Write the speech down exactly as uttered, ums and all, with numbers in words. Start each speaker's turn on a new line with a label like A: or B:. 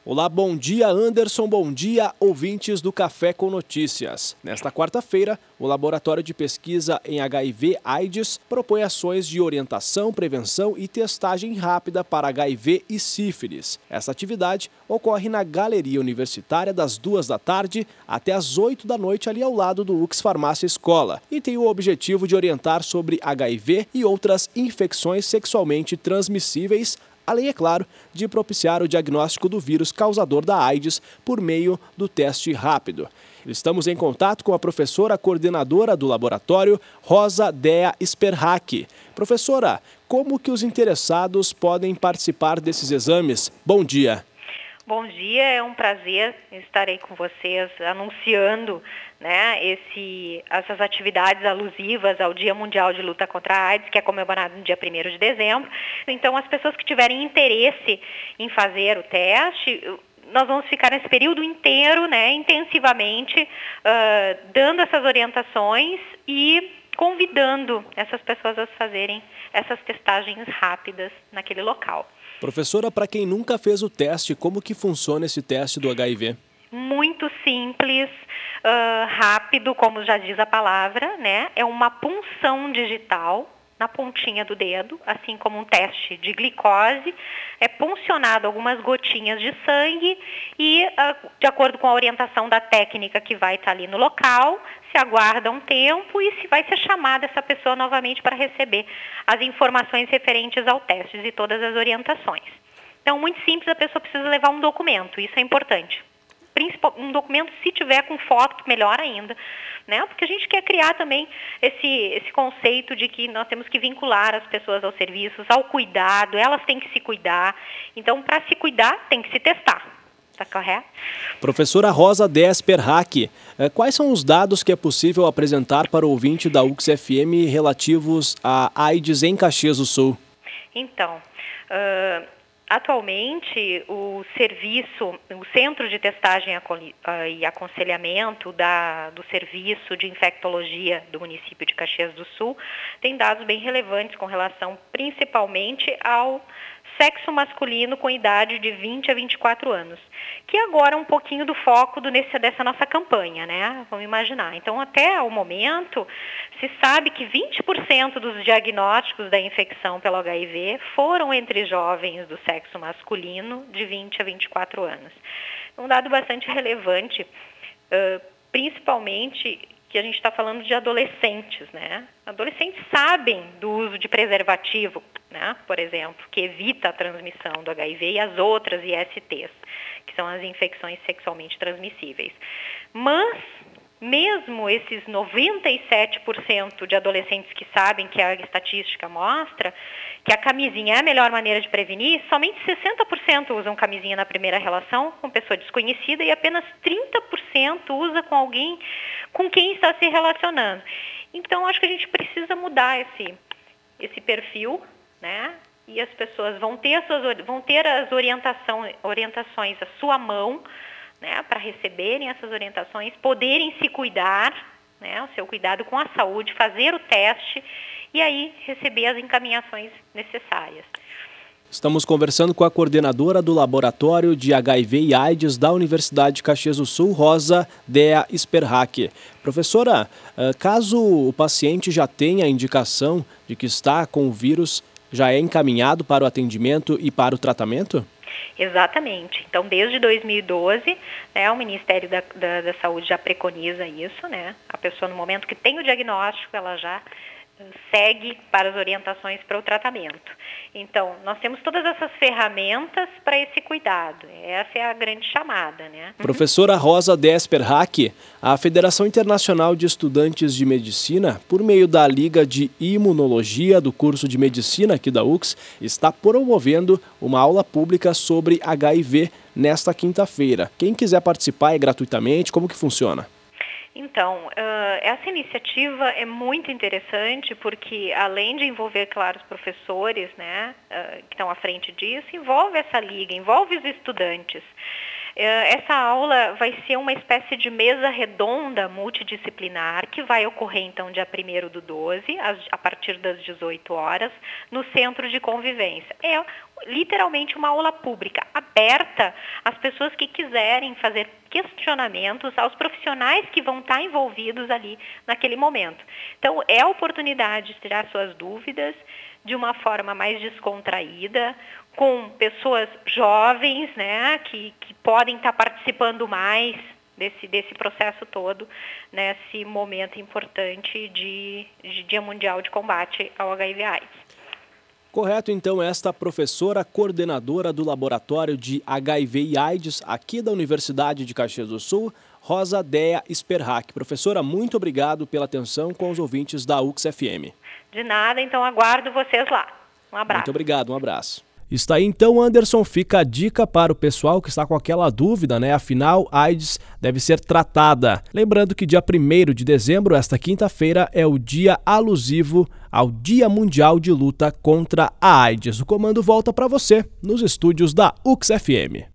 A: Olá, bom dia Anderson, bom dia ouvintes do Café com Notícias. Nesta quarta-feira, o Laboratório de Pesquisa em H I V/AIDS propõe ações de orientação, prevenção e testagem rápida para H I V e sífilis. Essa atividade ocorre na Galeria Universitária das duas da tarde até as oito da noite ali ao lado do U X Farmácia Escola e tem o objetivo de orientar sobre H I V e outras infecções sexualmente transmissíveis, além, é claro, de propiciar o diagnóstico do vírus causador da AIDS por meio do teste rápido. Estamos em contato com a professora coordenadora do laboratório, Rosa Dea Sperhack. Professora, como que os interessados podem participar desses exames? Bom dia.
B: Bom dia, é um prazer estar aí com vocês anunciando, né, esse, essas atividades alusivas ao Dia Mundial de Luta contra a AIDS, que é comemorado no dia primeiro de dezembro. Então, as pessoas que tiverem interesse em fazer o teste, nós vamos ficar nesse período inteiro, né, intensivamente, uh, dando essas orientações e convidando essas pessoas a fazerem essas testagens rápidas naquele local.
A: Professora, para quem nunca fez o teste, como que funciona esse teste do H I V?
B: Muito simples, uh, rápido, como já diz a palavra, né? É uma punção digital na pontinha do dedo, assim como um teste de glicose, é puncionado algumas gotinhas de sangue e, uh, de acordo com a orientação da técnica que vai estar ali no local, se aguarda um tempo e se vai ser chamada essa pessoa novamente para receber as informações referentes ao teste e todas as orientações. Então, muito simples, a pessoa precisa levar um documento, isso é importante. Principal, um documento, se tiver com foto, melhor ainda, né? Porque a gente quer criar também esse, esse conceito de que nós temos que vincular as pessoas aos serviços, ao cuidado, elas têm que se cuidar. Então, para se cuidar, tem que se testar. Está correto?
A: Professora Rosa Dea Sperhack, quais são os dados que é possível apresentar para o ouvinte da U X F M relativos a AIDS em Caxias do Sul?
B: Então, uh, atualmente o serviço, o Centro de Testagem e Aconselhamento da, do Serviço de Infectologia do município de Caxias do Sul tem dados bem relevantes com relação principalmente ao sexo masculino com idade de vinte a vinte e quatro anos, que agora é um pouquinho do foco do, nesse, dessa nossa campanha, né? Vamos imaginar. Então, até o momento, se sabe que vinte por cento dos diagnósticos da infecção pelo H I V foram entre jovens do sexo masculino de vinte a vinte e quatro anos. Um dado bastante relevante, uh, principalmente que a gente está falando de adolescentes, né? Adolescentes sabem do uso de preservativo, né? Por exemplo, que evita a transmissão do H I V e as outras I S Ts, que são as infecções sexualmente transmissíveis. Mas, mesmo esses noventa e sete por cento de adolescentes que sabem, que a estatística mostra, que a camisinha é a melhor maneira de prevenir, somente sessenta por cento usam camisinha na primeira relação com pessoa desconhecida e apenas trinta por cento usa com alguém com quem está se relacionando. Então, acho que a gente precisa mudar esse, esse perfil, né? E as pessoas vão ter as, suas, vão ter as orientação, orientações à sua mão, né, para receberem essas orientações, poderem se cuidar, né, o seu cuidado com a saúde, fazer o teste e aí receber as encaminhações necessárias.
A: Estamos conversando com a coordenadora do Laboratório de H I V e AIDS da Universidade de Caxias do Sul, Rosa Dea Sperhack. Professora, caso o paciente já tenha a indicação de que está com o vírus, já é encaminhado para o atendimento e para o tratamento?
B: Exatamente. Então, desde dois mil e doze, né, o Ministério da, da, da Saúde já preconiza isso, né? A pessoa, no momento que tem o diagnóstico, ela já segue para as orientações para o tratamento. Então, nós temos todas essas ferramentas para esse cuidado. Essa é a grande chamada, né?
A: Professora Rosa Dea Sperhack, a Federação Internacional de Estudantes de Medicina, por meio da Liga de Imunologia do curso de Medicina aqui da U X, está promovendo uma aula pública sobre H I V nesta quinta-feira. Quem quiser participar é gratuitamente, como que funciona?
B: Então, uh, essa iniciativa é muito interessante porque, além de envolver, claro, os professores, né, uh, que estão à frente disso, envolve essa liga, envolve os estudantes. Essa aula vai ser uma espécie de mesa redonda multidisciplinar que vai ocorrer então dia primeiro do doze, a partir das dezoito horas, no Centro de Convivência. É literalmente uma aula pública, aberta às pessoas que quiserem fazer questionamentos, aos profissionais que vão estar envolvidos ali naquele momento. Então, é a oportunidade de tirar suas dúvidas de uma forma mais descontraída, com pessoas jovens, né, que, que podem estar participando mais desse, desse processo todo, nesse momento importante de, de Dia Mundial de Combate ao H I V AIDS.
A: Correto, então, esta professora coordenadora do Laboratório de H I V e AIDS aqui da Universidade de Caxias do Sul, Rosa Dea Sperhack. Professora, muito obrigado pela atenção com os ouvintes da U X F M.
B: De nada, então aguardo vocês lá. Um abraço.
A: Muito obrigado, um abraço. Está aí então, Anderson, fica a dica para o pessoal que está com aquela dúvida, né? Afinal, AIDS deve ser tratada. Lembrando que dia primeiro de dezembro, esta quinta-feira, é o dia alusivo ao Dia Mundial de Luta contra a AIDS. O comando volta para você nos estúdios da U X F M.